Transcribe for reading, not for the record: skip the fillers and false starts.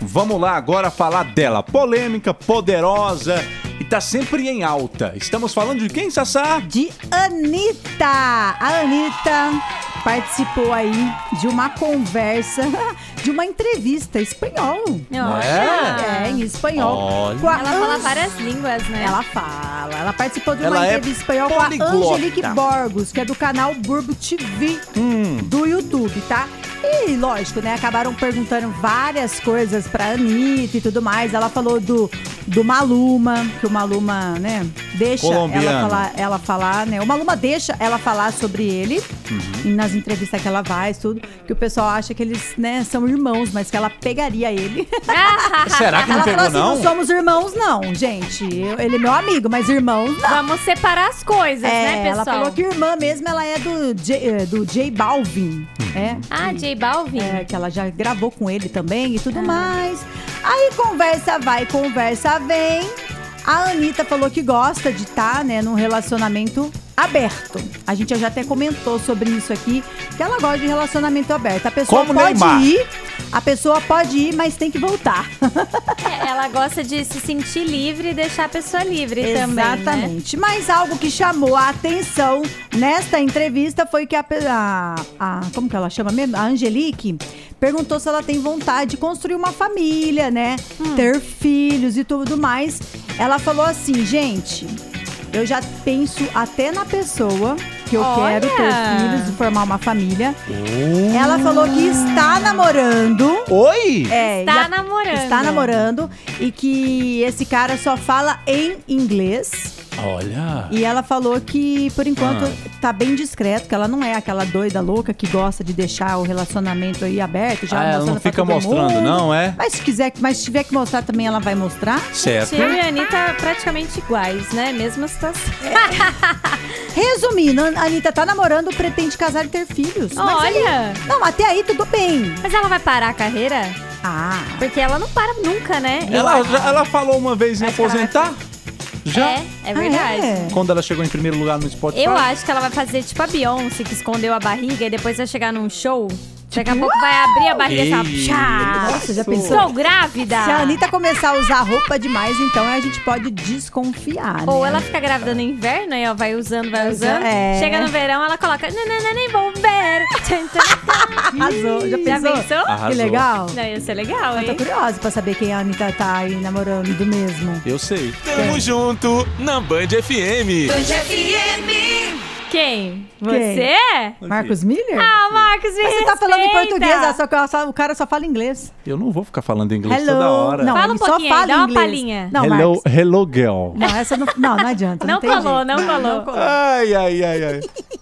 Vamos lá agora falar dela. Polêmica, poderosa e tá sempre em alta. Estamos falando de quem, Sassá? De Anitta. A Anitta participou aí de uma conversa, de uma entrevista em espanhol. Em espanhol. Olha. Ela fala várias línguas, né? Ela participou de uma Ela é entrevista em espanhol com a poliglota. Angelique Borgos, que é do canal Burbo TV do YouTube, tá? E, lógico, né, acabaram perguntando várias coisas pra Anitta e tudo mais. Ela falou do Maluma, que o Maluma, né, deixa ela falar, né? O Maluma deixa ela falar sobre ele, e nas entrevistas que ela faz, tudo, que o pessoal acha que eles, né, são irmãos, mas que ela pegaria ele. Será que não Ela pegou, falou assim, não? não somos irmãos, não, gente. Ele é meu amigo, mas irmãos, não. Vamos separar as coisas, né, pessoal? Ela falou que irmã mesmo, ela é do J Balvin, J Balvin? que ela já gravou com ele também e tudo mais. Aí conversa vai, conversa vem. A Anitta falou que gosta de estar, né, num relacionamento aberto. A gente já até comentou sobre isso aqui, que ela gosta de relacionamento aberto. A pessoa Como pode Neymar. ir, a pessoa pode ir, mas tem que voltar. Ela gosta de se sentir livre e deixar a pessoa livre também, né? Exatamente. Mas algo que chamou a atenção nesta entrevista foi que como que ela chama mesmo? A Angelique perguntou se ela tem vontade de construir uma família, né? Ter filhos e tudo mais. Ela falou assim, gente, eu já penso até na pessoa que eu quero ter filhos e formar uma família. Ela falou que está namorando. Oi? Está namorando e que esse cara só fala em inglês. Olha. E ela falou que, por enquanto, tá bem discreto, que ela não é aquela doida louca que gosta de deixar o relacionamento aí aberto. Já Ela não pra fica todo mostrando, mundo. não, é? Mas se tiver que mostrar também, ela vai mostrar. Certo. Eu e a Anitta praticamente iguais, né? Mesma situação. Resumindo, a Anitta tá namorando, pretende casar e ter filhos. Mas Olha! não, até aí tudo bem. Mas ela vai parar a carreira? Porque ela não para nunca, né? Ela falou uma vez em Acho que ela vai aposentar? Já? É verdade. Quando ela chegou em primeiro lugar no Spotify? Eu acho que ela vai fazer tipo a Beyoncé, que escondeu a barriga e depois vai chegar num show. Daqui a pouco vai abrir a barriga e falar, Nossa, já pensou? estou grávida! Se a Anitta começar a usar roupa demais, então a gente pode desconfiar, né? Ou ela fica grávida no inverno, aí ó, vai usando. Chega no verão, ela coloca, nem vou ver. Arrasou. Já Já pensou? pensou? Arrasou. Que legal. Não, ia ser legal, Eu hein? tô curiosa pra saber quem a Anitta tá aí namorando do mesmo. Eu sei. Tamo junto na Band FM. Quem? Você? Marcos Miller? Ah, Marcos, me Mas você tá falando em respeita. português, só que o cara só fala inglês. Eu não vou ficar falando inglês toda hora. Não, Fala ele um só pouquinho aí, fala dá uma inglês. palhinha. Não, Marcos. Hello girl. Não, essa não adianta. Não tem colou, jeito. não colou. Ai.